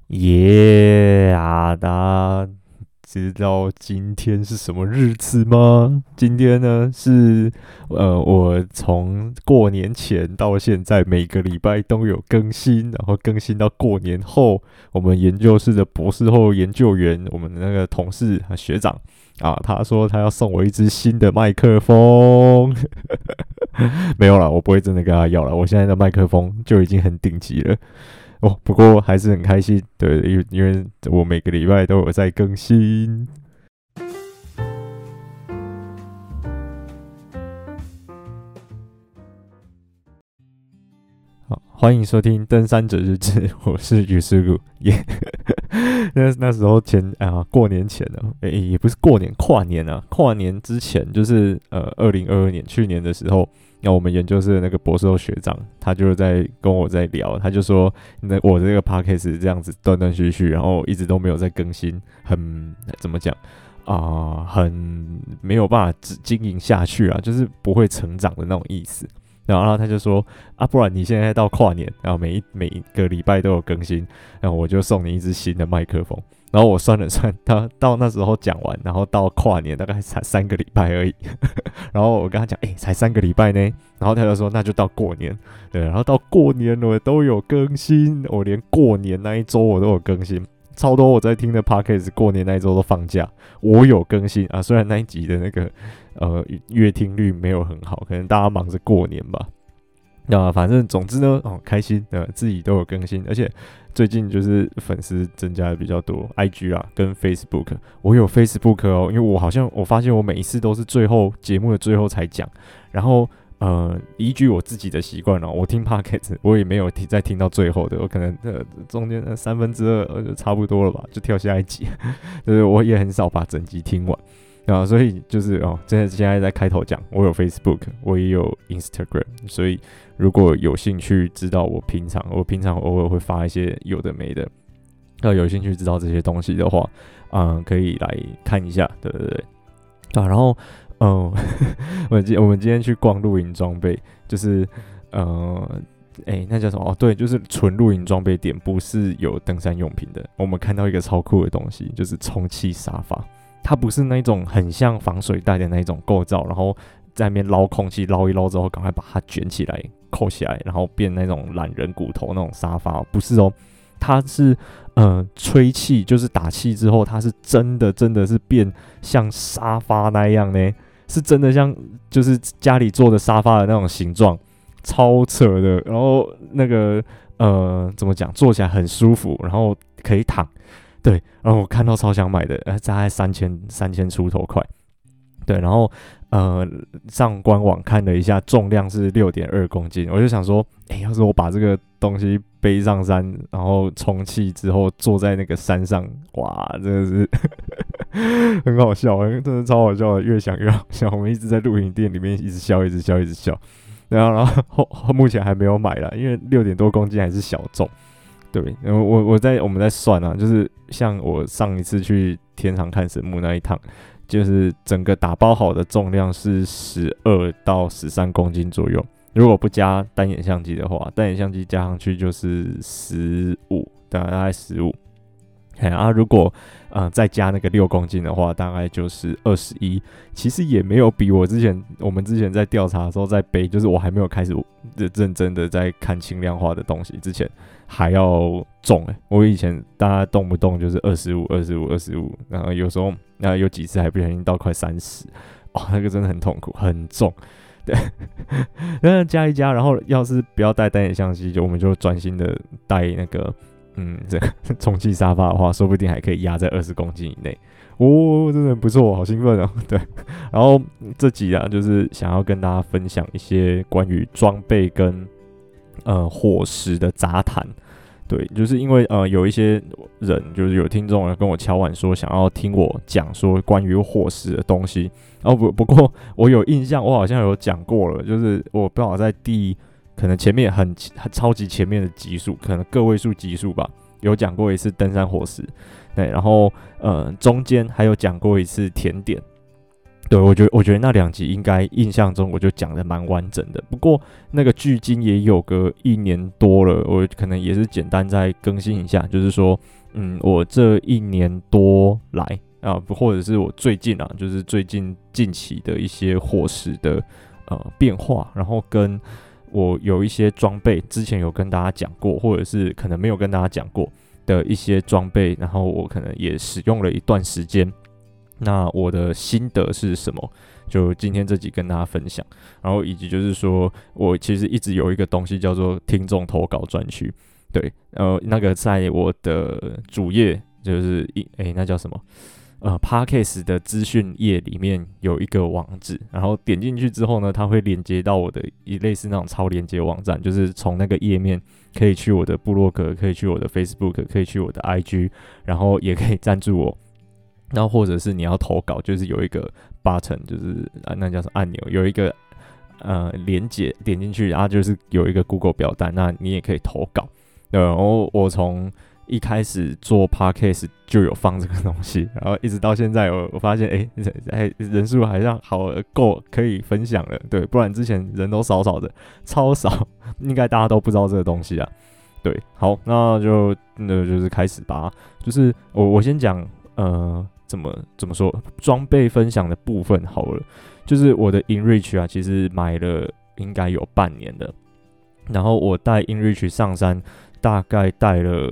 耶啊！大家知道今天是什么日子吗？今天呢是我从过年前到现在每个礼拜都有更新，然后更新到过年后，我们研究室的博士后研究员，我们的那个同事学长啊，他说他要送我一支新的麦克风。没有啦，我不会真的跟他要了，我现在的麦克风就已经很顶级了。哦，不过还是很开心，对，因为我每个礼拜都有在更新。好，欢迎收听《登山者日志》，我是于师傅。耶，那时候过年前呢，也不是过年，跨年啊，跨年之前就是2022年去年的时候。那我们研究室的那个博士后学长，他就在跟我在聊，他就说，我这个 podcast 这样子断断续续，然后一直都没有在更新，很怎么讲很没有办法经营下去啊，就是不会成长的那种意思。然后他就说不然你现在到跨年，然后每一个礼拜都有更新，然后我就送你一支新的麦克风。然后我算了算，他到那时候讲完，然后到跨年大概才3个礼拜而已。然后我跟他讲，才3个礼拜呢。然后他就说，那就到过年。对，然后到过年我都有更新，我连过年那一周我都有更新，超多我在听的 podcast 过年那一周都放假，我有更新啊。虽然那一集的那个阅听率没有很好，可能大家忙着过年吧。反正总之呢，开心，自己都有更新，而且最近就是粉丝增加的比较多 ，IG 啦跟 Facebook， 我有 Facebook 哦，因为我发现我每一次都是节目的最后才讲，然后依据我自己的习惯我听 Podcast 我也没有再听到最后的，我可能中间2/3就差不多了吧，就跳下一集，就是我也很少把整集听完。所以就是现在在开头讲，我有 Facebook， 我也有 Instagram， 所以如果有兴趣知道我平常偶尔会发一些有的没的，有兴趣知道这些东西的话，可以来看一下，对对对，然后我们今天去逛露营装备，就是那叫什么？对，就是纯露营装备店，不是有登山用品的。我们看到一个超酷的东西，就是充气沙发。它不是那种很像防水袋的那种构造，然后在那边捞空气，捞一捞之后，赶快把它卷起来、扣起来，然后变那种懒人骨头那种沙发，不是哦，它是吹气，就是打气之后，它是真的是变像沙发那样呢，是真的像就是家里做的沙发的那种形状，超扯的。然后那个怎么讲，坐起来很舒服，然后可以躺。对，然后我看到超想买的，大概3000出头块。对，然后上官网看了一下，重量是6.2公斤，我就想说，要是我把这个东西背上山，然后充气之后坐在那个山上，哇，真的是很好笑，真的超好笑的，越想越好笑。我们一直在露营店里面一直笑。然后目前还没有买啦，因为6点多公斤还是小众。对，我们在算啊，就是像我上一次去天堂看神木那一趟，就是整个打包好的重量是12到13公斤左右。如果不加单眼相机的话，单眼相机加上去就是15，大概15。如果再加那个6公斤的话，大概就是21。其实也没有比我们之前在调查的时候在背，就是我还没有开始认真的在看轻量化的东西之前还要重。我以前大家动不动就是25，然后有时候有几次还不小心到快30，那个真的很痛苦，很重。对，那加一加，然后要是不要带单眼相机，我们就专心的带那个。这个充气沙发的话，说不定还可以压在20公斤以内。真的很不错，好兴奋哦。对，然后这集就是想要跟大家分享一些关于装备跟伙食的杂谈。对，就是因为有一些人就是有听众跟我敲碗说想要听我讲说关于伙食的东西。然后不过我有印象，我好像有讲过了，就是我不好在可能前面很超级前面的集数，可能个位数集数吧，有讲过一次登山伙食，对，然后中间还有讲过一次甜点， 对，我觉得那2集应该印象中我就讲的蛮完整的，不过那个距今也有个1年多了，我可能也是简单再更新一下，就是说，我这1年多来啊，或者是我最近啊，就是最近近期的一些伙食的变化，然后跟我有一些装备，之前有跟大家讲过，或者是可能没有跟大家讲过的一些装备，然后我可能也使用了一段时间。那我的心得是什么？就今天这集跟大家分享，然后以及就是说我其实一直有一个东西叫做听众投稿专区，对，那个在我的主页就是那叫什么Podcast 的资讯页里面有一个网址，然后点进去之后呢，它会连接到我的类似那种超连接网站，就是从那个页面可以去我的部落格，可以去我的 Facebook， 可以去我的 IG， 然后也可以赞助我。然后或者是你要投稿，就是有一个 button， 就是那叫什么按钮，有一个连结点进去，然后就是有一个 Google 表单，那你也可以投稿。对，然后我从一开始做 podcast 就有放这个东西，然后一直到现在我发现人数好像好够可以分享了，对，不然之前人都少少的，超少，应该大家都不知道这个东西啊。对，好，那就是开始吧，就是我先讲怎么说装备分享的部分好了，就是我的 InReach 啊，其实买了应该有半年了，然后我带 InReach 上山大概带了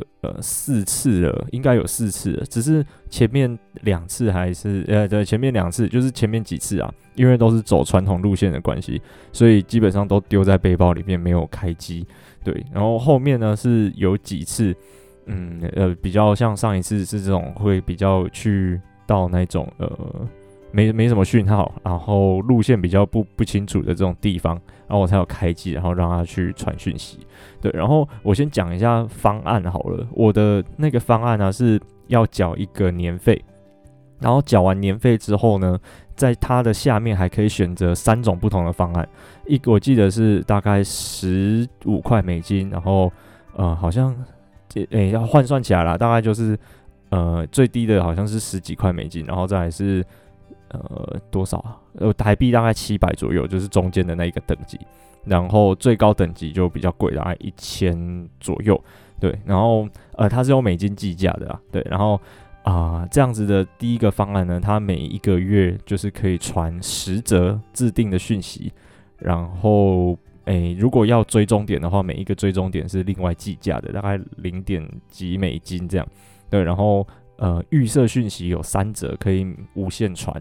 4次了，应该有4次了，只是前面2次还是对，前面2次就是前面几次啊，因为都是走传统路线的关系，所以基本上都丢在背包里面没有开机，对，然后后面呢是有几次。比较像上一次是这种会比较去到那种没什么讯号，然后路线比较不清楚的这种地方，然后我才有开机，然后让他去传讯息。对，然后我先讲一下方案好了，我的那个方案呢是要缴一个年费，然后缴完年费之后呢，在它的下面还可以选择3种不同的方案，我记得是大概$15，然后好像。要换算起来啦，大概就是最低的好像是$10几，然后再来是多少啊？台币大概700左右，就是中间的那一个等级，然后最高等级就比较贵，大概1000左右，对，然后它是用美金计价的啊，对，然后这样子的第一个方案呢，它每一个月就是可以传10则自定的讯息，然后。如果要追踪点的话，每一个追踪点是另外计价的，大概$0点几这样。对，然后预设讯息有3则可以无限传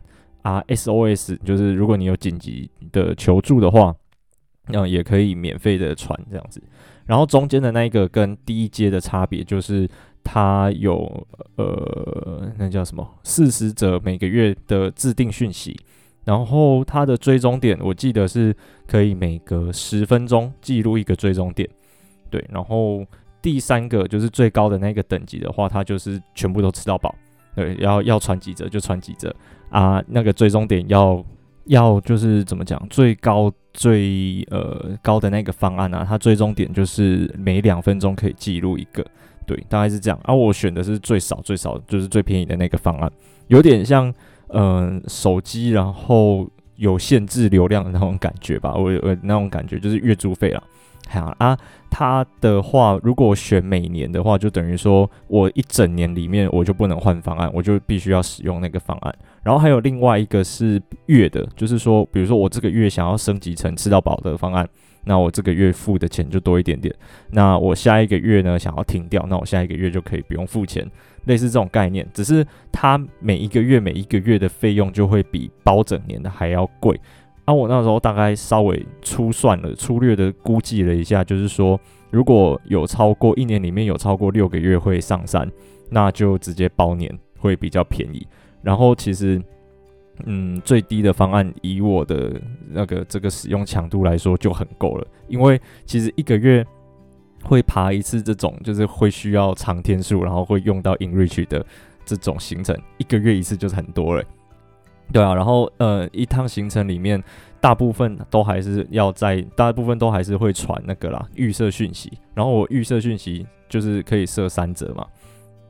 SOS 就是如果你有紧急的求助的话，也可以免费的传这样子。然后中间的那一个跟第一阶的差别就是它有那叫什么40则每个月的自定讯息。然后它的追踪点，我记得是可以每隔10分钟记录一个追踪点，对。然后第3个就是最高的那个等级的话，它就是全部都吃到饱，对，要传几则就传几则啊。那个追踪点要就是怎么讲，最高的那个方案啊，它追踪点就是每2分钟可以记录一个，对，大概是这样。我选的是最少就是最便宜的那个方案，有点像。手机然后有限制流量的那种感觉吧，我那种感觉就是月租费啦。它的话，如果我选每年的话，就等于说我1整年里面我就不能换方案，我就必须要使用那个方案。然后还有另外一个是月的，就是说，比如说我这个月想要升级成吃到饱的方案，那我这个月付的钱就多一点点。那我下一个月呢想要停掉，那我下一个月就可以不用付钱。类似这种概念，只是它每一个月的费用就会比包整年的还要贵。我那时候大概稍微粗略的估计了一下，就是说如果有超过1年里面有超过6个月会上山，那就直接包年会比较便宜。然后其实最低的方案以我的这个使用强度来说就很够了，因为其实1个月会爬一次这种就是会需要长天数，然后会用到 InReach 的这种行程，1个月1次就是很多了，对啊。然后一趟行程里面大部分都还是会传那个啦预设讯息，然后我预设讯息就是可以设3则嘛，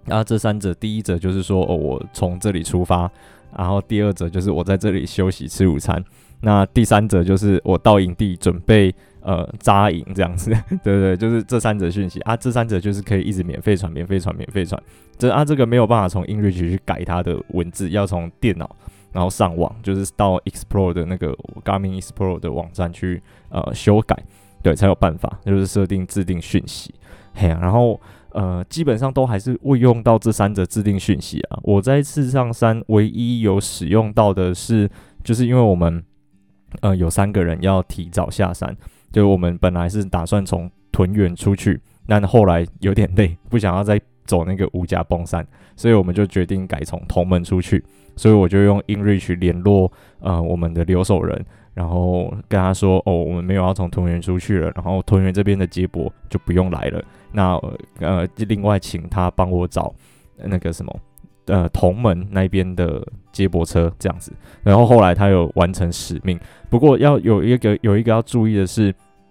这三者，第一者就是说我从这里出发，然后第二者就是我在这里休息吃午餐，那第三者就是我到营地准备扎营这样子，对不对？就是这三者讯息这三者就是可以一直免费传。这个没有办法从 InReach 去改它的文字，要从电脑然后上网，就是到 Explore 的那个 Garmin Explore 的网站去修改，对，才有办法，就是设定自定讯息，然后基本上都还是会用到这三者自定讯息啊。我在次上山唯一有使用到的是，就是因为我们有3个人要提早下山，就我们本来是打算从屯园出去，但后来有点累，不想要再走那个五甲崩山，所以我们就决定改从同门出去。所以我就用 InReach 联络我们的留守人，然后跟他说我们没有要从屯园出去了，然后屯园这边的接驳就不用来了。那另外请他帮我找那个什么同门那边的接驳车这样子。然后后来他有完成使命，不过要有一个要注意的是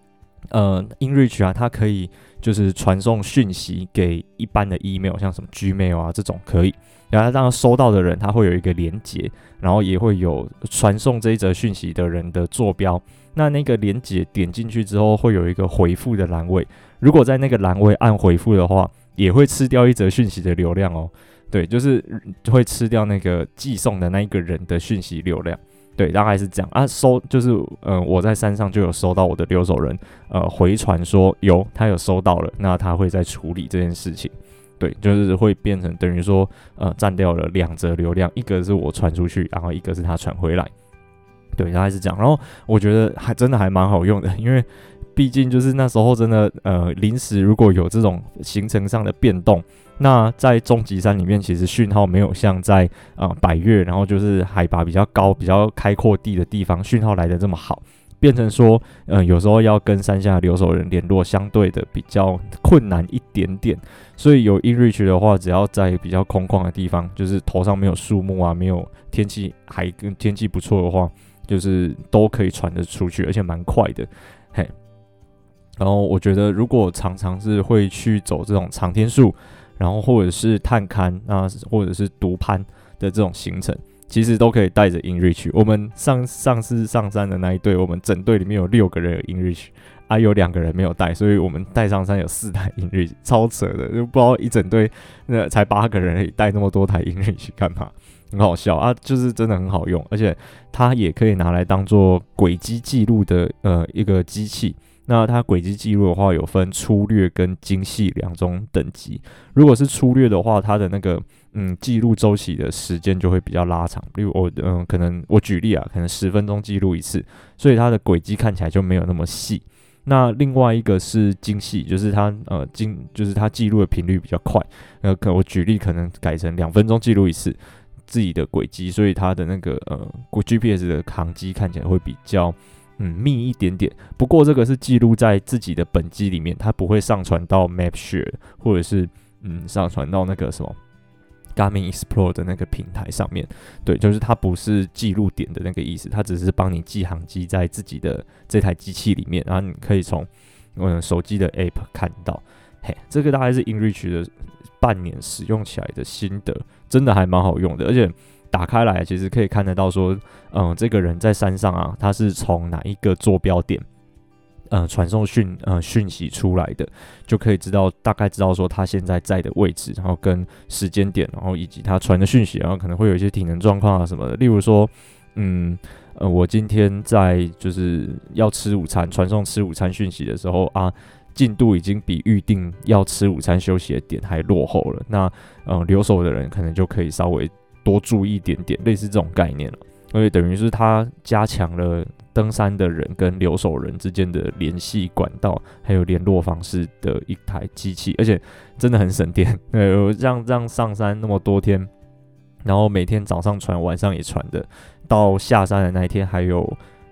，InReach 它可以就是传送讯息给一般的 email， 像什么 Gmail 这种可以。然后让收到的人他会有一个连结，然后也会有传送这一则讯息的人的坐标。那个连结点进去之后，会有一个回复的栏位。如果在那个栏位按回复的话，也会吃掉一则讯息的流量哦。对，就是会吃掉那个寄送的那一个人的讯息流量。对，大概是这样就是我在山上就有收到我的留守人回传说他有收到了，那他会再处理这件事情。对，就是会变成等于说占掉了2则流量，一个是我传出去，然后一个是他传回来。对，大概是这样。然后我觉得真的还蛮好用的，因为毕竟就是那时候真的临时如果有这种行程上的变动，那在终极山里面其实讯号没有像在百岳，然后就是海拔比较高比较开阔地的地方讯号来的这么好，变成说有时候要跟山下的留守人联络相对的比较困难一点点。所以有 InReach 的话，只要在比较空旷的地方，就是头上没有树木没有天气天气不错的话，就是都可以传得出去，而且蛮快的。嘿，然后我觉得如果常常是会去走这种长天数，然后或者是探勘或者是独攀的这种行程，其实都可以带着 InReach。我们上次上山的那一队，我们整队里面有6个人有 InReach，有2个人没有带，所以我们带上山有4台 InReach， 超扯的，就不知道一整队才8个人而已，带那么多台 InReach 干嘛？很好笑就是真的很好用，而且它也可以拿来当做轨迹记录的一个机器。那它轨迹记录的话，有分粗略跟精细2种等级。如果是粗略的话，它的那个记录周期的时间就会比较拉长。例如可能我举例可能10分钟记录一次，所以它的轨迹看起来就没有那么细。那另外一个是精细，就是它就是它记录的频率比较快。我举例可能改成2分钟记录一次自己的轨迹，所以它的那个GPS 的航机看起来会比较密一点点。不过这个是记录在自己的本机里面，它不会上传到 MapShare 或者是上传到那个什么 Garmin Explore 的那个平台上面。对，就是它不是记录点的那个意思，它只是帮你记航机在自己的这台机器里面，然后你可以从手机的 App 看到。这个大概是 InReach 的半年使用起来的心得，真的还蛮好用的，而且打开来其实可以看得到说这个人在山上他是从哪一个坐标点传送讯息出来的，就可以大概知道说他现在在的位置，然后跟时间点，然后以及他传的讯息，然后可能会有一些体能状况什么的。例如说我今天在就是要吃午餐，传送吃午餐讯息的时候进度已经比预定要吃午餐休息的点还落后了，那留守的人可能就可以稍微多注意一点点，类似这种概念了。所以等于是他加强了登山的人跟留守人之间的联系管道，还有联络方式的一台机器，而且真的很省电。我这样上山那么多天，然后每天早上传，晚上也传的，到下山的那一天还有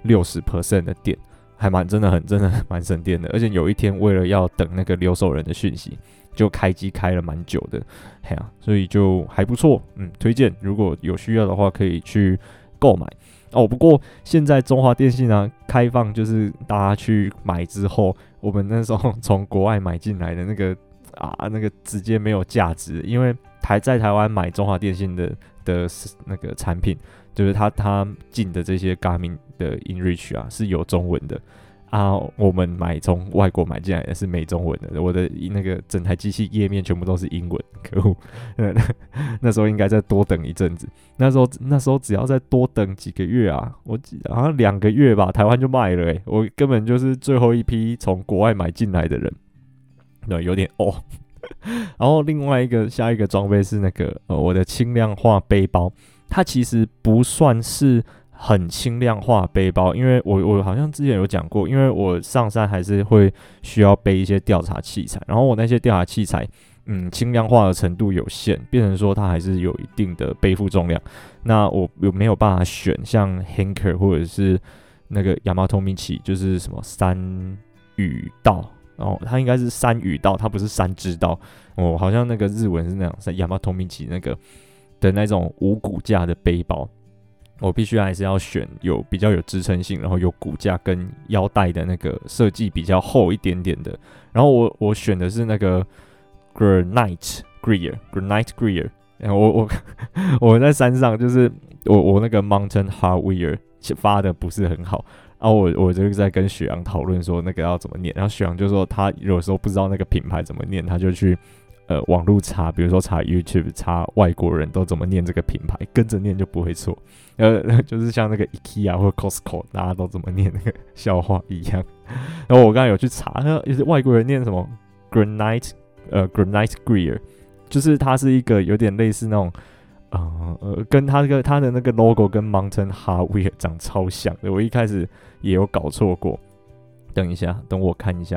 60% 的电。真的蛮省电的，而且有一天为了要等那个留守人的讯息，就开机开了蛮久的，所以就还不错，推荐如果有需要的话可以去购买不过现在中华电信开放，就是大家去买之后，我们那时候从国外买进来的那个直接没有价值，因为在台湾买中华电信的那个产品，就是他进的这些 Garmin 的 InReach 啊是有中文的啊，我们从外国买进来的是没中文的，我的那个整台机器页面全部都是英文，可恶！那时候应该再多等一阵子，那时候只要再多等几个月啊，我记得好像2个月吧，台湾就卖了我根本就是最后一批从国外买进来的人，对，有点哦。然后下一个装备是那个我的轻量化背包，它其实不算是很轻量化背包，因为我好像之前有讲过，因为我上山还是会需要背一些调查器材，然后我那些调查器材轻量化的程度有限，变成说它还是有一定的背负重量，那我没有办法选像 Henker 或者是那个 Yamatomichi 就是什么山羽道，然后它应该是山羽道，它不是山之道好像那个日文是那样Yamatomichi 那个的那种无骨架的背包，我必须还是要选比较有支撑性，然后有骨架跟腰带的那个设计比较厚一点点的。然后我选的是那个 Granite Greer。我在山上就是我那个 Mountain Hardwear 发的不是很好，然后我就在跟雪阳讨论说那个要怎么念，然后雪阳就说他有时候不知道那个品牌怎么念，他就去网路查，比如说查 YouTube 查外国人都怎么念这个品牌，跟着念就不会错。就是像那个 IKEA 或 Costco 大家都怎么念那个笑话一样。然后我刚才有去查，那外国人念什么 Granite Greer， 就是它是一个有点类似那种跟它的那个 logo 跟 Mountain Hardwear 长超像的，我一开始也有搞错过。等一下，等我看一下，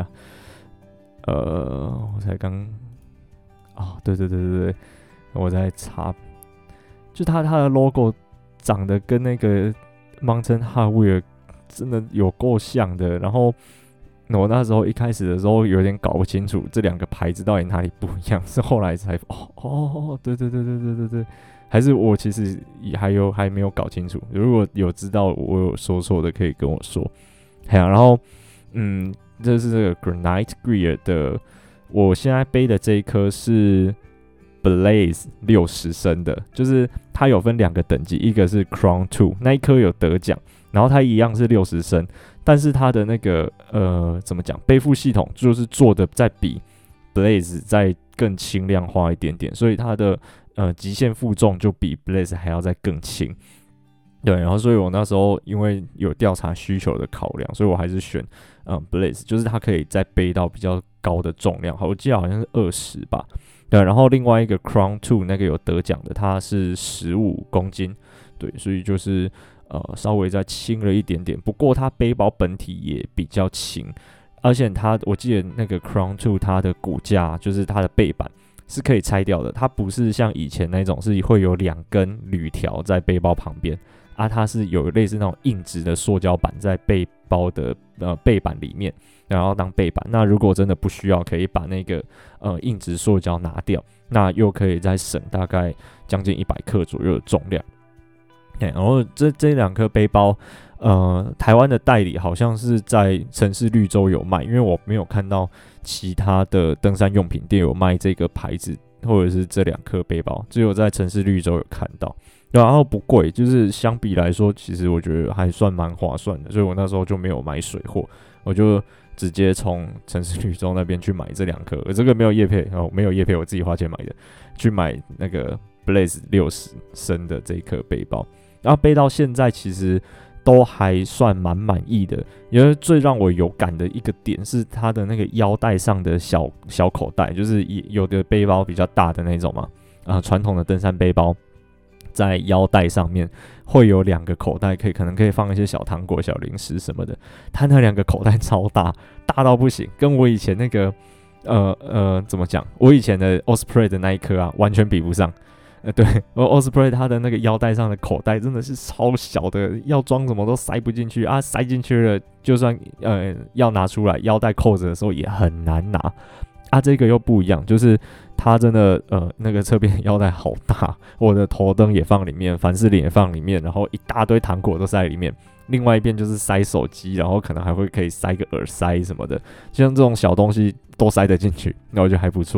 我才刚。对，我在查，就它的 logo 长得跟那个 Mountain Hardwear 真的有够像的，然后我那时候一开始的时候有点搞不清楚这两个牌子到底哪里不一样，是后来才对，还是我其实还没有搞清楚，如果有知道我有说错的可以跟我说。然后这是这个 Granite Greer 的。我现在背的这一颗是 Blaze 60升的，就是它有分2个等级，一个是 Crown 2， 那一颗有得奖，然后它一样是60升，但是它的那个怎么讲，背负系统就是做的再比 Blaze 再更轻量化一点点，所以它的极限负重就比 Blaze 还要再更轻。对，然后所以我那时候因为有调查需求的考量，所以我还是选Blaze， 就是它可以再背到比较高的重量，我记得好像是20吧。对，然后另外一个 Crown 2那个有得奖的，它是15公斤，对，所以就是稍微再轻了一点点。不过它背包本体也比较轻，而且我记得那个 Crown 2它的骨架就是它的背板是可以拆掉的，它不是像以前那种是会有2根铝条在背包旁边。它是有类似那种硬质的塑胶板在背包的背板里面，然后当背板。那如果真的不需要，可以把那个硬质塑胶拿掉，那又可以再省大概将近100克左右的重量。然后这2颗背包，台湾的代理好像是在城市绿洲有卖，因为我没有看到其他的登山用品店有卖这个牌子或者是这2颗背包，只有在城市绿洲有看到。然后不贵，就是相比来说，其实我觉得还算蛮划算的，所以我那时候就没有买水货，我就直接从城市绿洲那边去买这2颗，这个没有业配，没有业配，我自己花钱买的，去买那个 Blaze 60升的这一颗背包，然后背到现在其实都还算蛮满意的，因为最让我有感的一个点是它的那个腰带上的小口袋，就是有的背包比较大的那种嘛，传统的登山背包。在腰带上面会有2个口袋，可能可以放一些小糖果、小零食什么的。它那2个口袋超大，大到不行，跟我以前那个怎么讲？我以前的 Osprey 的那一颗完全比不上。对，Osprey 它的那个腰带上的口袋真的是超小的，要装什么都塞不进去啊！塞进去了，就算要拿出来，腰带扣着的时候也很难拿。这个又不一样，就是它真的那个侧边腰带好大，我的头灯也放里面，凡士林也放里面，然后一大堆糖果都塞里面，另外一边就是塞手机，然后可能还可以塞个耳塞什么的，像这种小东西都塞得进去，那我觉得还不错。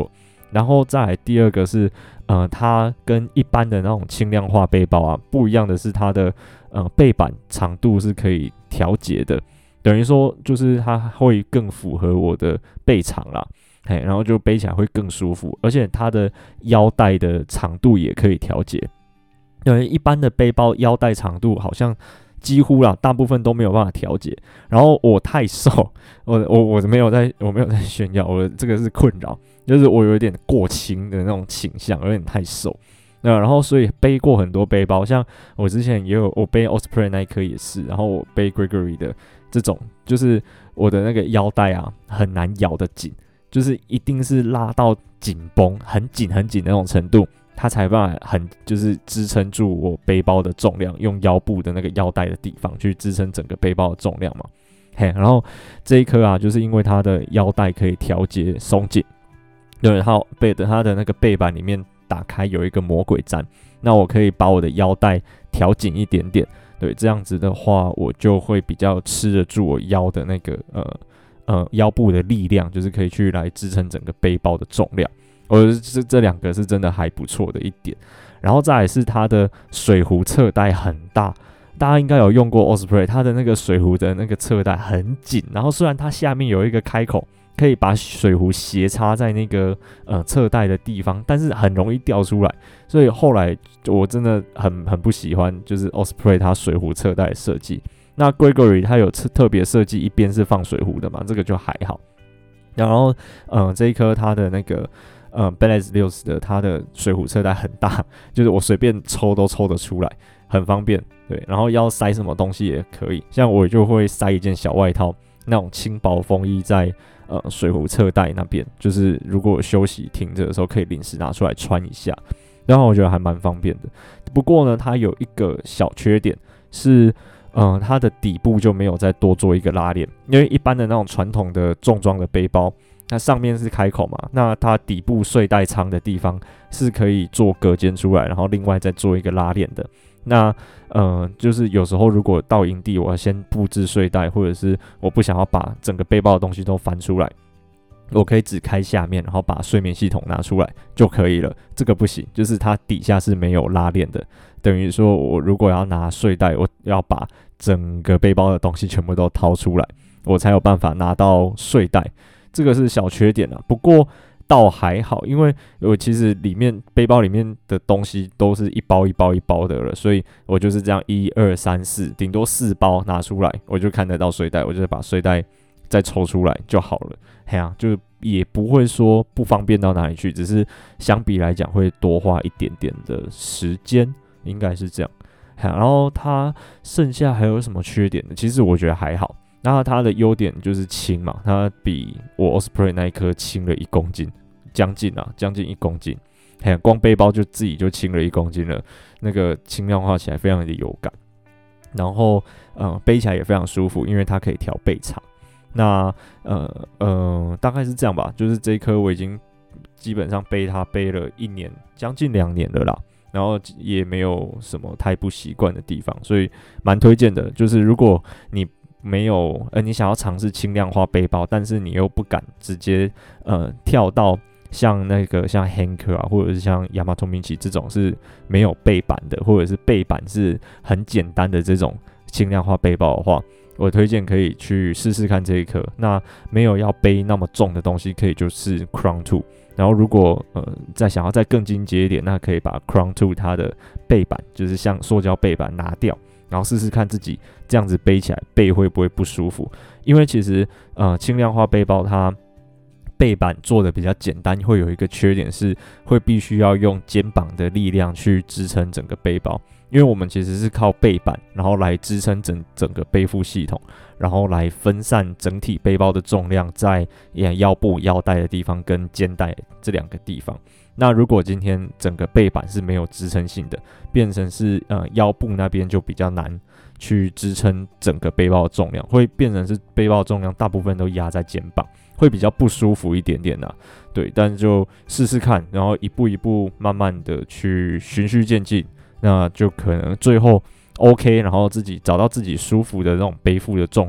然后再来第二个是，它跟一般的那种轻量化背包啊不一样的是，它的背板长度是可以调节的，等于说就是它会更符合我的背长啦，然后就背起来会更舒服，而且它的腰带的长度也可以调节。因为一般的背包腰带长度好像几乎啦，大部分都没有办法调节。然后我太瘦，我没有在炫耀，我这个是困扰，就是我有一点过轻的那种倾向，有点太瘦。然后所以背过很多背包，像我之前也有我背 Osprey 那一颗也是，然后我背 Gregory 的这种，就是我的那个腰带啊很难咬得紧，就是一定是拉到紧绷，很紧很紧的那种程度。它才办法就是支撑住我背包的重量，用腰部的那个腰带的地方去支撑整个背包的重量嘛。然后这一颗啊，就是因为它的腰带可以调节松紧，对，它的那个背板里面打开有一个魔鬼毡，那我可以把我的腰带调紧一点点，对，这样子的话我就会比较吃得住我腰的那个腰部的力量，就是可以去来支撑整个背包的重量。这两个是真的还不错的一点，然后再来是它的水壶侧带很大，大家应该有用过 Osprey， 它的那个水壶的那个侧带很紧，然后虽然它下面有一个开口，可以把水壶斜插在那个侧带的地方，但是很容易掉出来，所以后来我真的很不喜欢，就是 Osprey 它水壶侧带的设计。那 Gregory 它有特别设计一边是放水壶的嘛，这个就还好。然后这一颗它的那个Balance 60的它的水壶侧带很大，就是我随便抽都抽得出来，很方便。对，然后要塞什么东西也可以，像我就会塞一件小外套，那种轻薄风衣在水壶侧带那边，就是如果我休息停着的时候可以临时拿出来穿一下，然后我觉得还蛮方便的。不过呢，它有一个小缺点是，它的底部就没有再多做一个拉链，因为一般的那种传统的重装的背包，它上面是开口嘛，那它底部睡袋仓的地方是可以做隔间出来，然后另外再做一个拉链的。那就是有时候如果到营地，我要先布置睡袋，或者是我不想要把整个背包的东西都翻出来，我可以只开下面，然后把睡眠系统拿出来就可以了。这个不行，就是它底下是没有拉链的，等于说我如果要拿睡袋，我要把整个背包的东西全部都掏出来，我才有办法拿到睡袋。这个是小缺点啊，不过倒还好，因为我其实背包里面的东西都是一包一包一包的了，所以我就是这样1、2、3、4，顶多4包拿出来，我就看得到睡袋，我就把睡袋再抽出来就好了。就也不会说不方便到哪里去，只是相比来讲会多花一点点的时间，应该是这样。然后它剩下还有什么缺点呢？其实我觉得还好。那它的优点就是轻嘛，它比我 Osprey 那一颗轻了1公斤，将近1公斤。光背包就自己就轻了1公斤了，那个轻量化起来非常的有感。然后背起来也非常舒服，因为它可以调背长。那大概是这样吧，就是这一颗我已经基本上背它背了1年，将近2年了啦。然后也没有什么太不习惯的地方，所以蛮推荐的。就是如果你没有你想要尝试轻量化背包，但是你又不敢直接跳到像Hanker 啊，或者是像 Yamato Michi 这种是没有背板的，或者是背板是很简单的这种轻量化背包的话，我推荐可以去试试看这一颗。那没有要背那么重的东西，可以就是 Crown 2。然后如果想要再更进阶一点，那可以把 Crown 2它的背板，就是像塑胶背板拿掉，然后试试看自己这样子背起来背会不会不舒服。因为其实轻量化背包它背板做的比较简单，会有一个缺点是会必须要用肩膀的力量去支撑整个背包。因为我们其实是靠背板，然后来支撑整个背负系统，然后来分散整体背包的重量在腰部、腰带的地方跟肩带这2个地方。那如果今天整个背板是没有支撑性的，变成是腰部那边就比较难去支撑整个背包的重量，会变成是背包的重量大部分都压在肩膀，会比较不舒服一点点对，但就试试看，然后一步一步慢慢的去循序渐进。那就可能最后 OK， 然后自己找到自己舒服的那种背负的重量，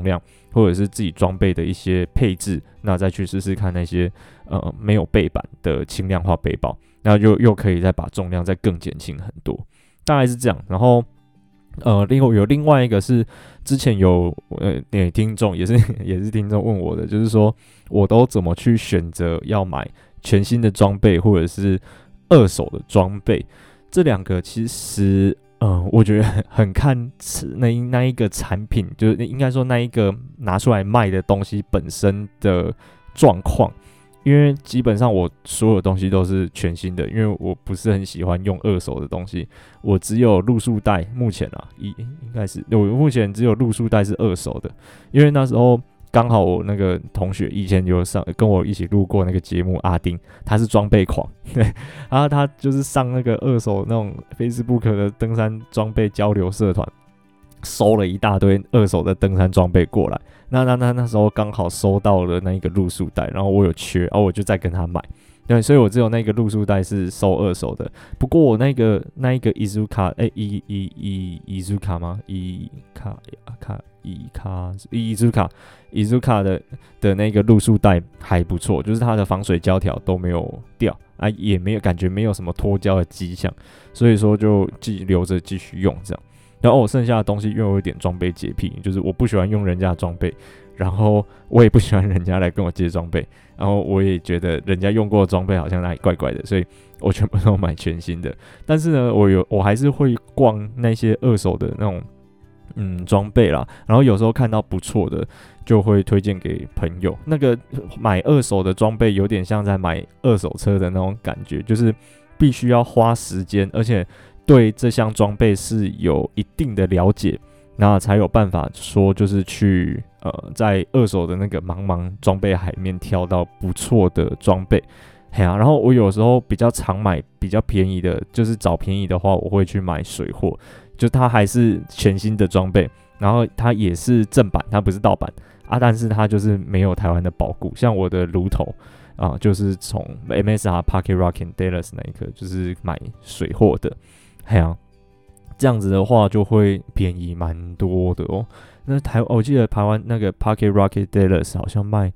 或者是自己装备的一些配置，那再去试试看那些没有背板的轻量化背包，那又可以再把重量再更减轻很多，大概是这样。然后另外一个是之前有听众也是听众问我的，就是说我都怎么去选择要买全新的装备或者是二手的装备，这两个其实我觉得很看那一个产品，就是应该说那一个拿出来卖的东西本身的状况。因为基本上我所有东西都是全新的，因为我不是很喜欢用二手的东西，我只有录束带，目前应该是我目前只有录束带是二手的，因为那时候刚好我那个同学以前有跟我一起录过那个节目，阿丁他是装备狂，对，然后他就是上那个二手那种 Facebook 的登山装备交流社团，收了一大堆二手的登山装备过来。那时候刚好收到了那一个录束带，然后我有缺，然后我就再跟他买。对，所以我只有那个录束带是收二手的。不过我那一个 Izuka Izuka 吗？Izuka 的那个录束带还不错，就是它的防水胶条都没有掉啊，也没有感觉没有什么脱胶的迹象，所以说就留着继续用这样。然后我剩下的东西，因为我有点装备洁癖，就是我不喜欢用人家的装备，然后我也不喜欢人家来跟我借装备，然后我也觉得人家用过的装备好像哪里怪怪的，所以我全部都买全新的。但是呢，我还是会逛那些二手的那种装备啦，然后有时候看到不错的就会推荐给朋友。那个买二手的装备有点像在买二手车的那种感觉，就是必须要花时间，而且对这项装备是有一定的了解，那才有办法说就是去在二手的那个茫茫装备海面挑到不错的装备。然后我有时候比较常买比较便宜的，就是找便宜的话，我会去买水货，就它还是全新的装备，然后它也是正版，它不是盗版啊，但是它就是没有台湾的保固。像我的炉头就是从 MSR Pocket Rocket Dallas 那一颗就是买水货的。这样子的话就会便宜蛮多的哦。那我记得台湾那个 Pocket Rocket Dallas 好像卖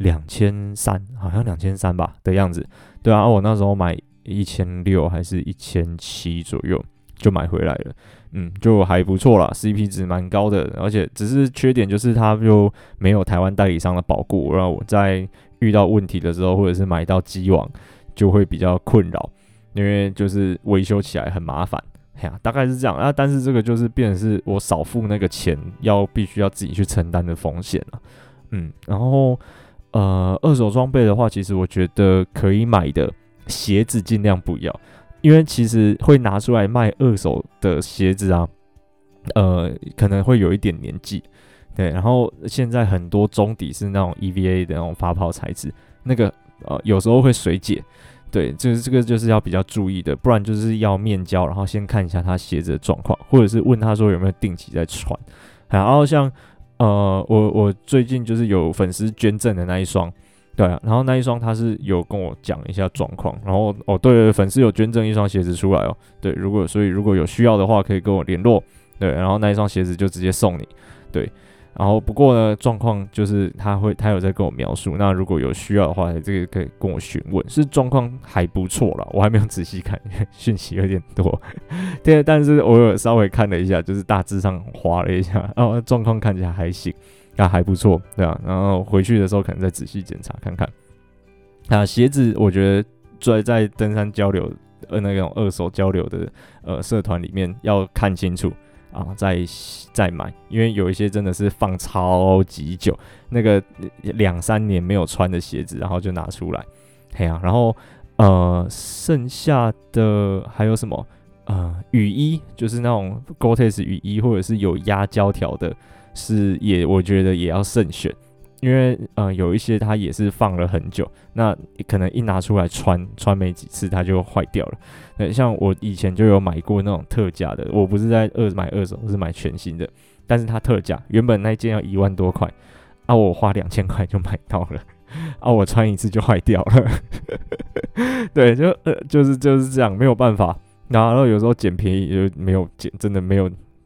2300，好像2300吧的样子。对啊，我那时候买1600还是1700左右就买回来了。就还不错啦 ，CP 值蛮高的，而且只是缺点就是它就没有台湾代理商的保固，然后我在遇到问题的时候，或者是买到机网就会比较困扰，因为就是维修起来很麻烦。大概是这样啊，但是这个就是变成是我少付那个钱，必须要自己去承担的风险了。然后二手装备的话，其实我觉得可以买的鞋子尽量不要，因为其实会拿出来卖二手的鞋子啊，可能会有一点年纪，对。然后现在很多中底是那种 EVA 的那种发泡材质，那个有时候会水解。对，这个就是要比较注意的，不然就是要面交，然后先看一下他鞋子的状况，或者是问他说有没有定期在穿。然后像我最近就是有粉丝捐赠的那一双，对啊，然后那一双他是有跟我讲一下状况，然后对，粉丝有捐赠一双鞋子出来哦，对，如果有需要的话可以跟我联络，对，然后那一双鞋子就直接送你，对。然后不过呢，状况就是他有在跟我描述，那如果有需要的话，这个可以跟我询问，是状况还不错啦，我还没有仔细看，讯息有点多，对，但是我有稍微看了一下，就是大致上滑了一下，然后状况看起来还行，还不错，对啊，然后回去的时候可能再仔细检查看看。鞋子我觉得在登山交流那种二手交流的社团里面要看清楚。再买，因为有一些真的是放超级久，那个2-3年没有穿的鞋子，然后就拿出来，然后剩下的还有什么雨衣，就是那种 Gore-Tex 雨衣，或者是有压胶条的，我觉得也要慎选，因为有一些它也是放了很久，那可能一拿出来穿没几次它就坏掉了。像我以前就有买过那种特价的，我不是在买二手，我是买全新的，但是它特价，原本那件要1万多块，我花2000块就买到了，我穿一次就坏掉了，对，就是这样，没有办法。然后有时候捡便宜就没有捡，真的没有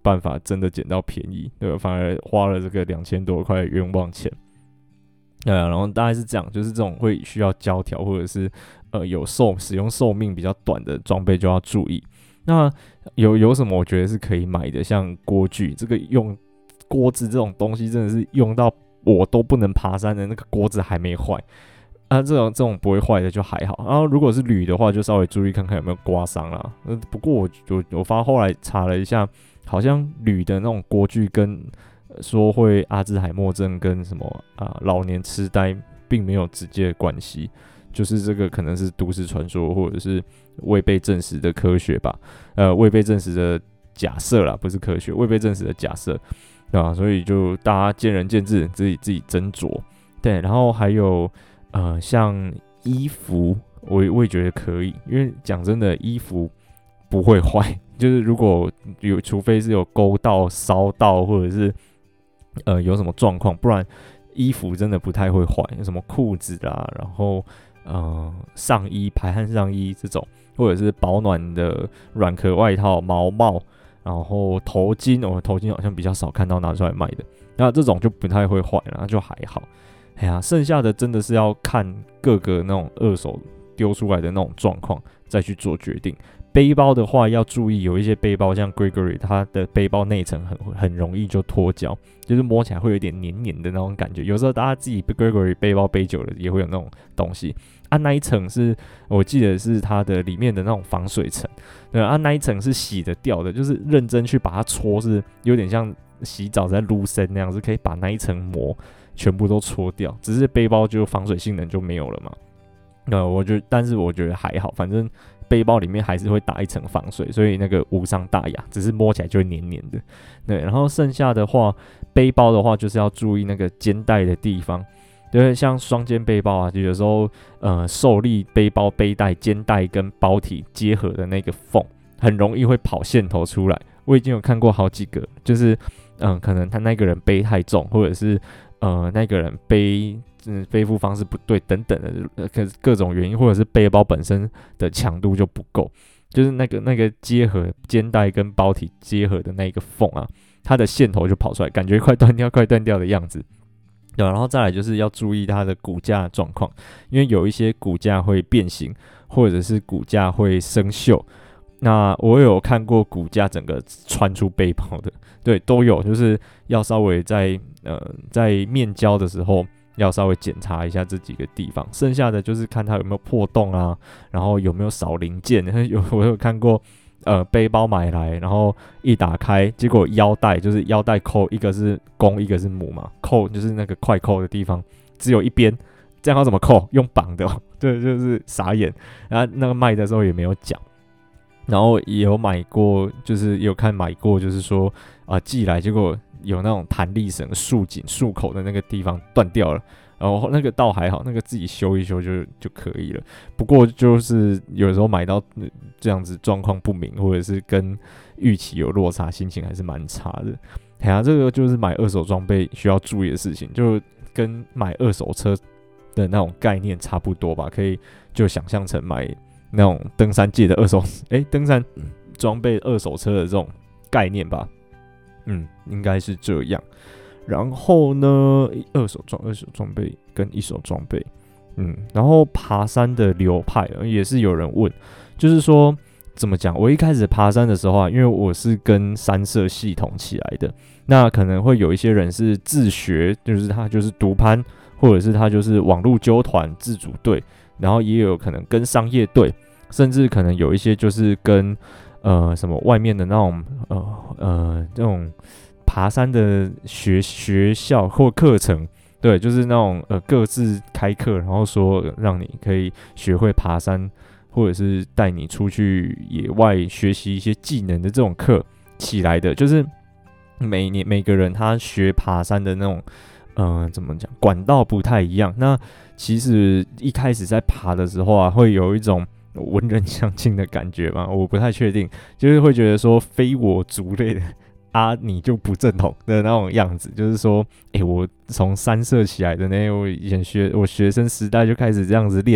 办法真的捡到便宜，对吧？反而花了这个2000多块冤枉钱。然后大概是这样，就是这种会需要胶条或者是使用寿命比较短的装备就要注意。那有什么我觉得是可以买的？像锅具，这个用锅子这种东西真的是用到我都不能爬山的那个锅子还没坏啊，这种不会坏的就还好。然后如果是铝的话，就稍微注意看看有没有刮伤啦。不过我后来查了一下，好像铝的那种锅具跟说会阿兹海默症跟什么老年痴呆并没有直接的关系，就是这个可能是都市传说或者是未被证实的科学吧，未被证实的假设啦，不是科学，未被证实的假设，对吧？所以就大家见仁见智，自己斟酌。对，然后还有像衣服，我也觉得可以，因为讲真的，衣服不会坏，就是如果除非是有勾到、烧到，或者是有什么状况，不然衣服真的不太会坏。有什么裤子啦，然后上衣、排汗上衣这种，或者是保暖的软壳外套、毛帽，然后头巾，头巾好像比较少看到拿出来卖的，那这种就不太会坏了，那就还好。哎呀，剩下的真的是要看各个那种二手丢出来的那种状况再去做决定。背包的话要注意，有一些背包像 Gregory， 它的背包内层很容易就脱胶，就是摸起来会有点黏黏的那种感觉。有时候大家自己 Gregory 背包背久了也会有那种东西啊。那一层是我记得是它的里面的那种防水层，对啊，那一层是洗得掉的，就是认真去把它搓，是有点像洗澡在撸身那样，是可以把那一层膜全部都搓掉。只是背包就防水性能就没有了嘛。但是我觉得还好，反正背包里面还是会打一层防水，所以那个无伤大雅，只是摸起来就会黏黏的。对，然后剩下的话，背包的话就是要注意那个肩带的地方，对，像双肩背包啊，就有时候受力背包背带肩带跟包体结合的那个缝，很容易会跑线头出来。我已经有看过好几个，就是可能他那个人背太重，或者是那个人背负方式不对等等的各种原因，或者是背包本身的强度就不够，就是那个结合肩带跟包体结合的那个缝啊，它的线头就跑出来，感觉快断掉的样子。对，然后再来就是要注意它的骨架状况，因为有一些骨架会变形，或者是骨架会生锈。那我有看过骨架整个穿出背包的，对，都有，就是要稍微在面交的时候要稍微检查一下这几个地方，剩下的就是看它有没有破洞啊，然后有没有少零件。我有看过背包买来，然后一打开，结果腰带扣一个是公一个是母嘛，扣就是那个快扣的地方只有一边，这样要怎么扣？用绑的对，就是傻眼。然后那个卖的时候也没有讲。然后也有买过，就是也有买过，就是说寄来，结果有那种弹力绳束紧束口的那个地方断掉了，然后那个倒还好，那个自己修一修就可以了。不过就是有时候买到这样子状况不明，或者是跟预期有落差，心情还是蛮差的。哎呀，这个就是买二手装备需要注意的事情，就跟买二手车的那种概念差不多吧，可以就想象成买那种登山界的登山装备二手车的这种概念吧，应该是这样。然后呢，二手装备跟一手装备，然后爬山的流派也是有人问，就是说怎么讲？我一开始爬山的时候因为我是跟山社系统起来的，那可能会有一些人是自学，就是他就是独攀，或者是他就是网络揪团自主队，然后也有可能跟商业队。甚至可能有一些就是跟什么外面的那种这种爬山的学校或课程，对，就是那种各自开课，然后说让你可以学会爬山，或者是带你出去野外学习一些技能的这种课起来的，就是每个人他学爬山的那种怎么讲，管道不太一样。那其实一开始在爬的时候会有一种文人相亲的感觉嘛，我不太确定，就是会觉得说非我族类的你就不正统的那种样子，就是说我从山社起来的呢，我以前我学生时代就开始这样子练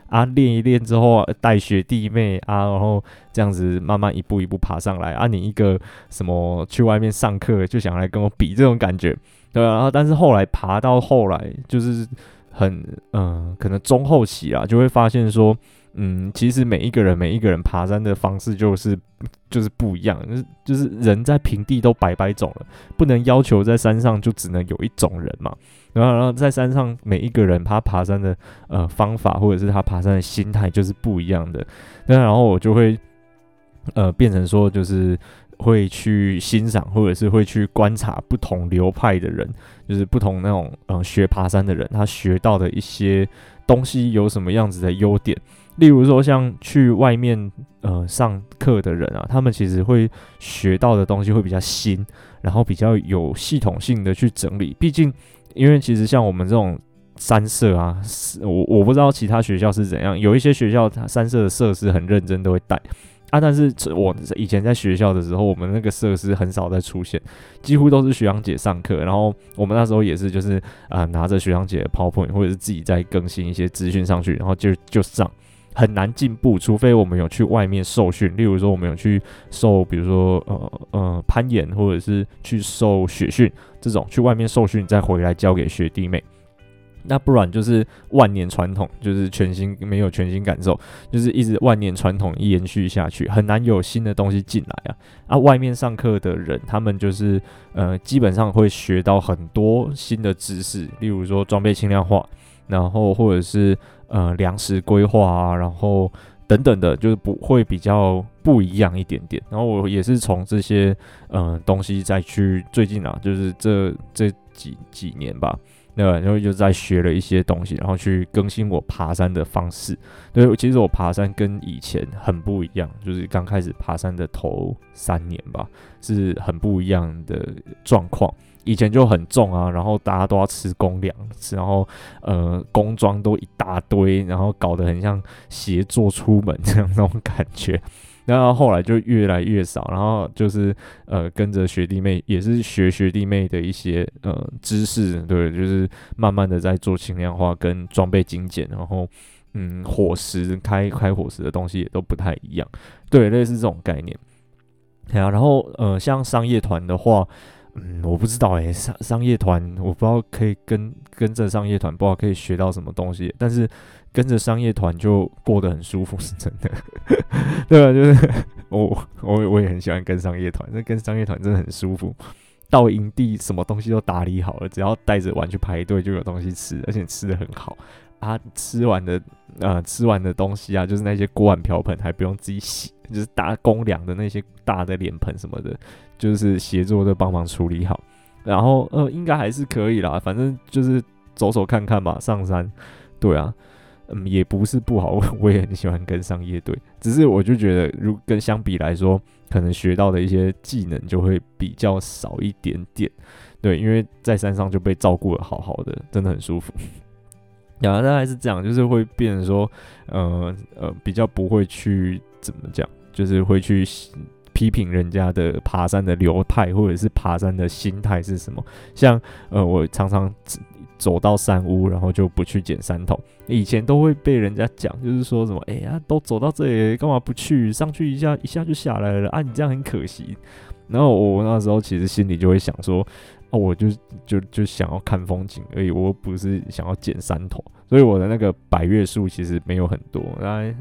啊，练一练之后带学弟妹啊，然后这样子慢慢一步一步爬上来啊，你一个什么去外面上课就想来跟我比这种感觉，对啊，然后但是后来爬到后来就是很可能中后期啊，就会发现说。其实每一个人爬山的方式就是不一样，就是人在平地都百种了，不能要求在山上就只能有一种人嘛。然后在山上每一个人他爬山的方法或者是他爬山的心态就是不一样的。那然后我就会变成说就是会去欣赏或者是会去观察不同流派的人，就是不同那种学爬山的人，他学到的一些东西有什么样子的优点。例如说，像去外面上课的人啊，他们其实会学到的东西会比较新，然后比较有系统性的去整理。毕竟，因为其实像我们这种山社啊，我不知道其他学校是怎样，有一些学校山社的设施很认真，都会带啊。但是我以前在学校的时候，我们那个设施很少在出现，几乎都是学长姐上课，然后我们那时候也是就是拿着学长姐的 PowerPoint 或者是自己在更新一些资讯上去，然后就上。很难进步，除非我们有去外面受训，例如说我们有去受，比如说攀岩，或者是去受雪训这种，去外面受训再回来教给学弟妹。那不然就是万年传统，就是没有全新感受，就是一直万年传统延续下去，很难有新的东西进来啊。啊，外面上课的人，他们就是基本上会学到很多新的知识，例如说装备轻量化，然后或者是粮食规划啊，然后等等的，就是会比较不一样一点点。然后我也是从这些东西再去最近啊，就是这几年吧。然后就在学了一些东西，然后去更新我爬山的方式。对，其实我爬山跟以前很不一样，就是刚开始爬山的头3年吧，是很不一样的状况。以前就很重啊，然后大家都要吃公粮，然后工装都一大堆，然后搞得很像协作出门这样那种感觉。然后后来就越来越少，然后就是跟着学弟妹，也是学学弟妹的一些知识，对，就是慢慢的在做轻量化跟装备精简，然后伙食开伙食的东西也都不太一样，对，类似这种概念。然后像商业团的话。我不知道商业团我不知道可以跟着商业团不知道可以学到什么东西，但是跟着商业团就过得很舒服，是真的。对啊，就是我也很喜欢跟商业团，跟商业团真的很舒服。到营地什么东西都打理好了，只要带着碗去排队就有东西吃，而且吃得很好啊。吃完的东西啊，就是那些锅碗瓢盆还不用自己洗，就是打公粮的那些大的脸盆什么的，就是协作的帮忙处理好。然后应该还是可以啦，反正就是走走看看吧，上山。对啊，也不是不好，我也很喜欢跟上夜队，只是我就觉得跟相比来说，可能学到的一些技能就会比较少一点点。对，因为在山上就被照顾得好好的，真的很舒服。大概是这样，就是会变成说，比较不会去怎么讲，就是会去批评人家的爬山的流派，或者是爬山的心态是什么。像我常常走到山屋，然后就不去捡山头。以前都会被人家讲，就是说什么，都走到这里，干嘛不去？上去一下就下来了啊，你这样很可惜。然后我那时候其实心里就会想说，我就想要看风景而已，我不是想要捡山头，所以我的那个百岳数其实没有很多，大概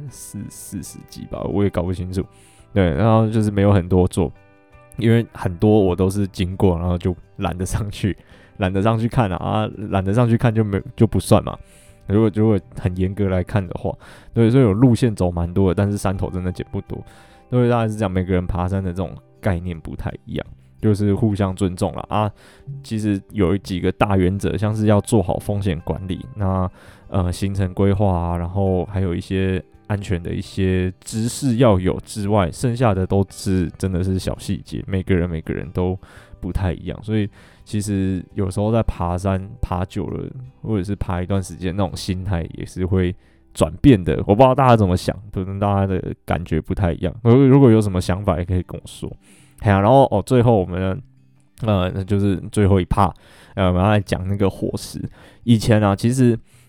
40几吧，我也搞不清楚。对，然后就是没有很多做，因为很多我都是经过，然后就懒得上去看啊，懒得上去看就不算嘛。如果很严格来看的话，对，所以有路线走蛮多的，但是山头真的捡不多。对，大概是讲每个人爬山的这种概念不太一样，就是互相尊重啦啊。其实有几个大原则，像是要做好风险管理，那行程规划啊，然后还有一些安全的一些知识要有之外，剩下的都是真的是小细节，每个人都不太一样，所以其实有时候在爬山爬久了，或者是爬一段时间，那种心态也是会转变的。我不知道大家怎么想，可能大家的感觉不太一样。如果有什么想法，也可以跟我说。然后最后我们那就是最后一趴，我们要来讲那个伙食。以前啊，其实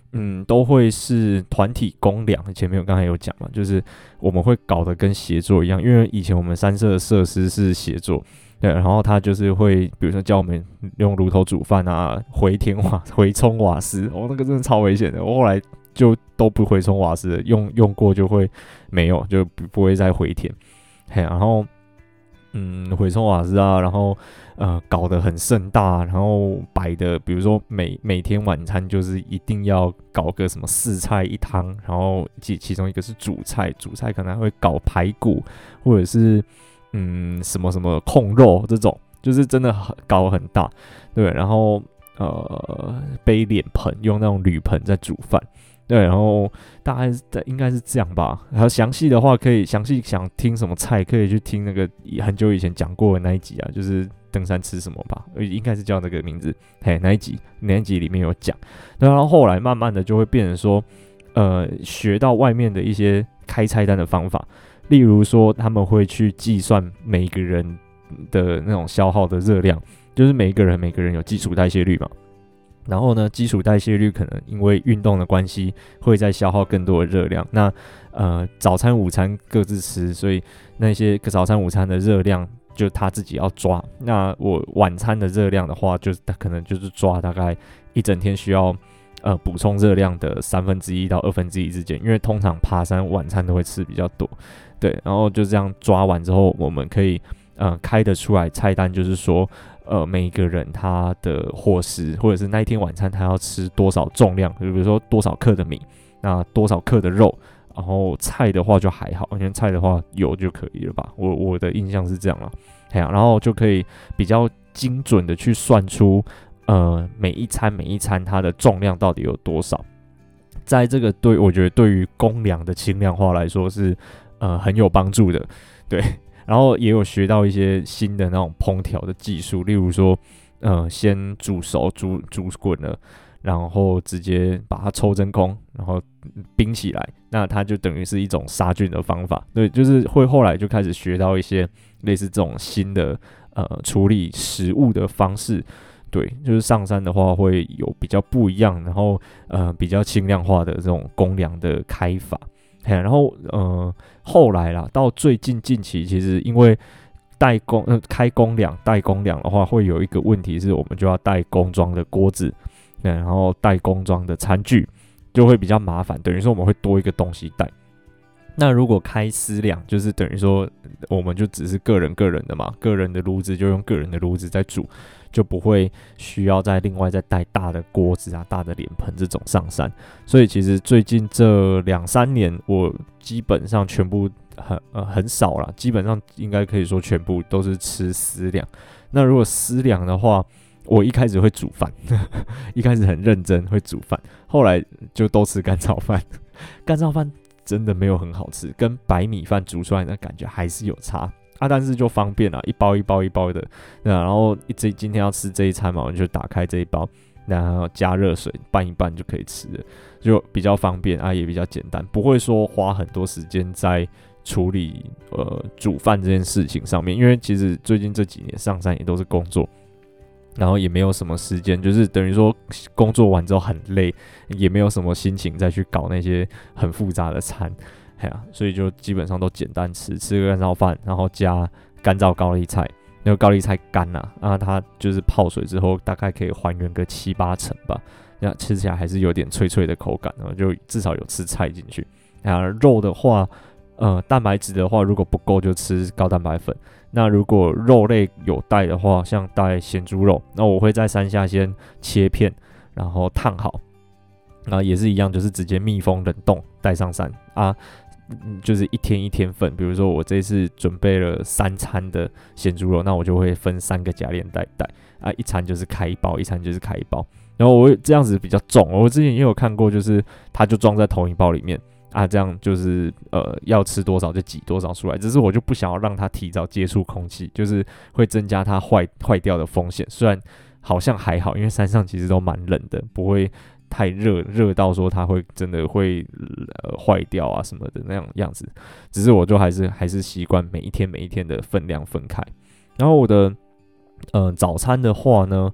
都会是团体公粮，前面我刚才有讲嘛，就是我们会搞得跟协作一样，因为以前我们山社的设施是协作，对，然后他就是会比如说教我们用炉头煮饭啊，回冲瓦斯，那个真的超危险的，我后来就都不回冲瓦斯了，用过就会没有，就不会再回填，然后回冲瓦斯啊，然后搞得很盛大，然后摆的，比如说每天晚餐就是一定要搞个什么4菜1汤，然后其中一个是主菜可能还会搞排骨，或者是什么什么控肉这种，就是真的搞很大，对，然后背脸盆，用那种铝盆在煮饭。对，然后大概应该是这样吧。然后详细的话，可以详细想听什么菜，可以去听那个很久以前讲过的那一集啊，就是登山吃什么吧，应该是叫那个名字。那一集里面有讲。然后后来慢慢的就会变成说，学到外面的一些开菜单的方法，例如说他们会去计算每一个人的那种消耗的热量，就是每个人有基础代谢率嘛。然后呢，基础代谢率可能因为运动的关系，会再消耗更多的热量。那早餐、午餐各自吃，所以那些早餐、午餐的热量就他自己要抓。那我晚餐的热量的话，就是可能就是抓大概一整天需要补充热量的1/3到1/2之间，因为通常爬山晚餐都会吃比较多，对。然后就这样抓完之后，我们可以开得出来菜单，就是说。每一个人他的伙食，或者是那一天晚餐他要吃多少重量，就比如说多少克的米，那多少克的肉，然后菜的话就还好，因为菜的话有就可以了吧，我的印象是这样啦，然后就可以比较精准的去算出每一餐它的重量到底有多少，在这个我觉得对于公粮的轻量化来说是很有帮助的，对。然后也有学到一些新的那种烹调的技术，例如说，先煮熟、煮滚了，然后直接把它抽真空，然后冰起来，那它就等于是一种杀菌的方法。对，就是会后来就开始学到一些类似这种新的处理食物的方式。对，就是上山的话会有比较不一样，然后比较轻量化的这种公粮的开法。然后后来啦，到最近期，其实因为开公粮带公粮的话，会有一个问题是，我们就要带工装的锅子，然后带工装的餐具，就会比较麻烦。等于说我们会多一个东西带。那如果开私粮，就是等于说我们就只是个人的嘛，个人的炉子就用个人的炉子在煮，就不会需要另外再带大的锅子啊、大的脸盆这种上山。所以其实最近这2-3年，我基本上全部很少啦，基本上应该可以说全部都是吃私粮。那如果私粮的话，我一开始会煮饭，一开始很认真会煮饭，后来就都吃干燥饭，干燥饭。真的没有很好吃，跟白米饭煮出来的感觉还是有差啊，但是就方便啦，一包的，然后今天要吃这一餐嘛，我就打开这一包，然后加热水拌一拌就可以吃了，就比较方便啊，也比较简单，不会说花很多时间在处理煮饭这件事情上面，因为其实最近这几年上山也都是工作。然后也没有什么时间，就是等于说工作完之后很累，也没有什么心情再去搞那些很复杂的餐，所以就基本上都简单吃个干燥饭，然后加干燥高丽菜，那个高丽菜干啊，它就是泡水之后大概可以还原个7-8成吧，那吃起来还是有点脆脆的口感，然后就至少有吃菜进去。肉的话，蛋白质的话如果不够就吃高蛋白粉。那如果肉类有带的话，像带咸猪肉，那我会在山下先切片，然后烫好，然后也是一样，就是直接密封冷冻带上山啊，就是一天份。比如说我这次准备了3餐的咸猪肉，那我就会分3个夹链袋带啊，一餐就是开一包，一餐就是开一包。然后我这样子比较重，我之前也有看过，就是它就装在同一包里面。这样就是要吃多少就挤多少出来，只是我就不想要让它提早接触空气，就是会增加它坏掉的风险。虽然好像还好，因为山上其实都蛮冷的，不会太热到说它会真的会坏掉啊什么的那种样子。只是我就还是习惯每一天的分量分开。然后我的早餐的话呢，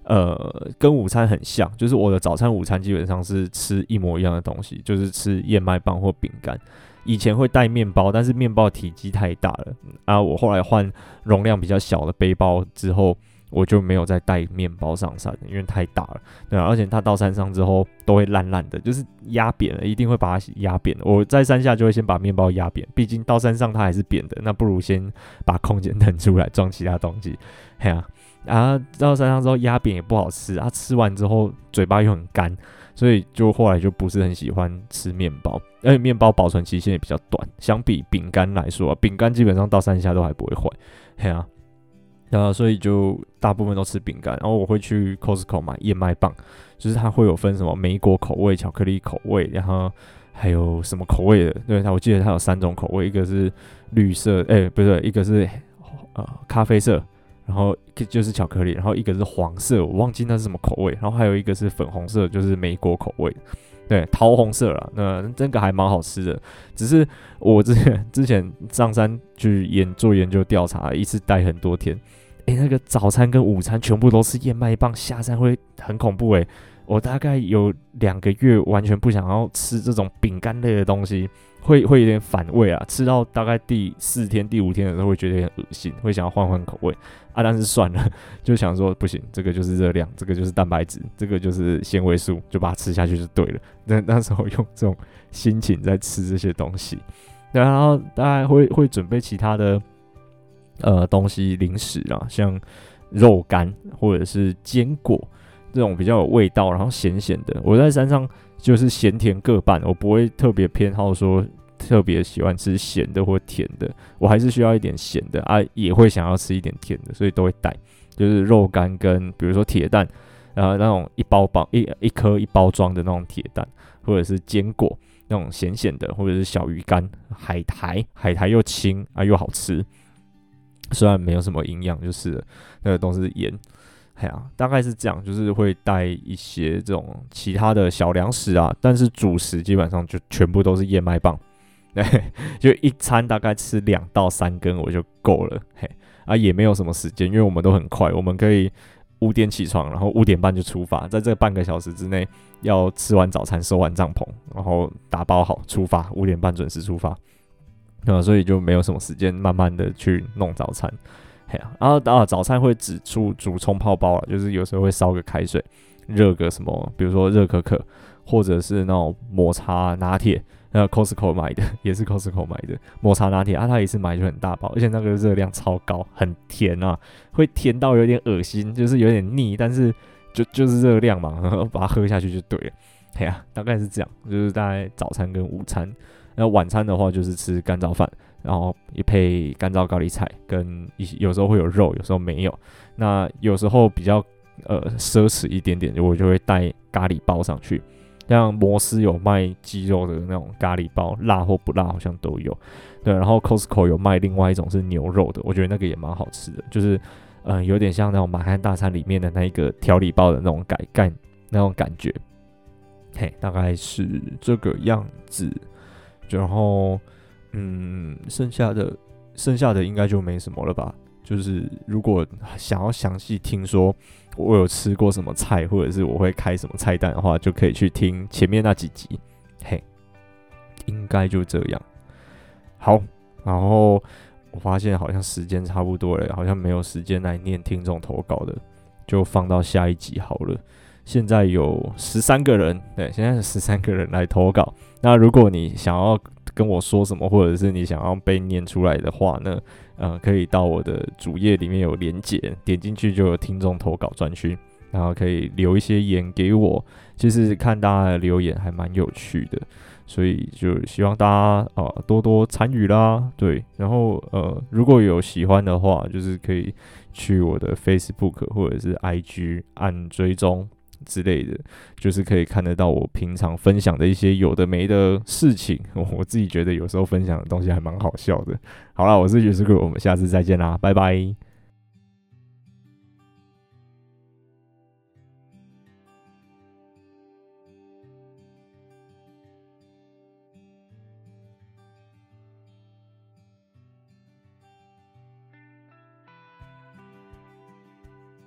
跟午餐很像，就是我的早餐、午餐基本上是吃一模一样的东西，就是吃燕麦棒或饼干。以前会带面包，但是面包体积太大了啊！我后来换容量比较小的背包之后，我就没有再带面包上山了，因为太大了。对啊，而且它到山上之后都会烂烂的，就是压扁了，一定会把它压扁。我在山下就会先把面包压扁，毕竟到山上它还是扁的，那不如先把空间腾出来装其他东西。嘿啊，到山上之后压扁也不好吃啊，吃完之后嘴巴又很干。所以就后来就不是很喜欢吃面包，而且面包保存期限也比较短，相比饼干来说，饼干基本上到山下都还不会坏，嘿啊，所以就大部分都吃饼干，然后我会去 Costco 买燕麦棒，就是它会有分什么莓果口味、巧克力口味，然后还有什么口味的，对，我记得它有3种口味，一个是绿色，不对，一个是咖啡色。然后就是巧克力，然后一个是黄色，我忘记那是什么口味，然后还有一个是粉红色，就是莓果口味，对，桃红色啦，那这个还蛮好吃的。只是我之前上山去做研究调查，一次待很多天，那个早餐跟午餐全部都是燕麦棒，下山会很恐怖我大概有2个月完全不想要吃这种饼干类的东西。会有点反胃啊，吃到大概第4天、第5天的时候会觉得有点恶心，会想要换口味啊。但是算了，就想说不行，这个就是热量，这个就是蛋白质，这个就是纤维素，就把它吃下去就对了。那时候用这种心情在吃这些东西，然后大概会准备其他的东西零食啊，像肉干或者是坚果这种比较有味道，然后咸咸的。我在山上就是咸甜各半，我不会特别偏好说特别喜欢吃咸的或甜的，我还是需要一点咸的啊，也会想要吃一点甜的，所以都会带，就是肉干跟比如说铁蛋，那种一颗一包装的那种铁蛋，或者是坚果那种咸咸的，或者是小鱼干、海苔又轻啊又好吃，虽然没有什么营养就是了，那个都是盐。大概是这样，就是会带一些这种其他的小粮食啊，但是主食基本上就全部都是燕麦棒，对，就一餐大概吃2到3根我就够了，也没有什么时间，因为我们都很快，我们可以5点起床，然后5点半就出发，在这半个小时之内要吃完早餐、收完帐篷，然后打包好出发，5点半准时出发，所以就没有什么时间慢慢的去弄早餐。然后早餐会煮冲泡包啦，就是有时候会烧个开水，热个什么，比如说热可可，或者是那种抹茶拿铁，Costco 买的，也是 Costco 买的抹茶拿铁它一次买就很大包，而且那个热量超高，很甜啊，会甜到有点恶心，就是有点腻，但是就是热量嘛，然后把它喝下去就对了。大概是这样，就是大概早餐跟午餐，然后晚餐的话就是吃干燥饭。然后也配干燥高丽菜，跟有时候会有肉，有时候没有。那有时候比较奢侈一点点，我就会带咖喱包上去。像摩斯有卖鸡肉的那种咖喱包，辣或不辣好像都有。对，然后 Costco 有卖另外一种是牛肉的，我觉得那个也蛮好吃的，就是有点像那种满汉大餐里面的那一个调理包的那种那种感觉。大概是这个样子。然后剩下的应该就没什么了吧。就是如果想要详细听说我有吃过什么菜，或者是我会开什么菜单的话，就可以去听前面那几集。应该就这样。好，然后我发现好像时间差不多了，好像没有时间来念听众投稿的，就放到下一集好了。现在有13个人，对，现在是13个人来投稿。那如果你想要跟我说什么，或者是你想要被念出来的话呢，可以到我的主页里面有连结，点进去就有听众投稿专区，然后可以留一些言给我。其实看大家的留言还蛮有趣的，所以就希望大家多多参与啦。对，然后如果有喜欢的话，就是可以去我的 Facebook 或者是 IG 按追踪之类的，就是可以看得到我平常分享的一些有的没的事情。我自己觉得有时候分享的东西还蛮好笑的。好啦，我是爵士哥，我们下次再见啦，拜拜。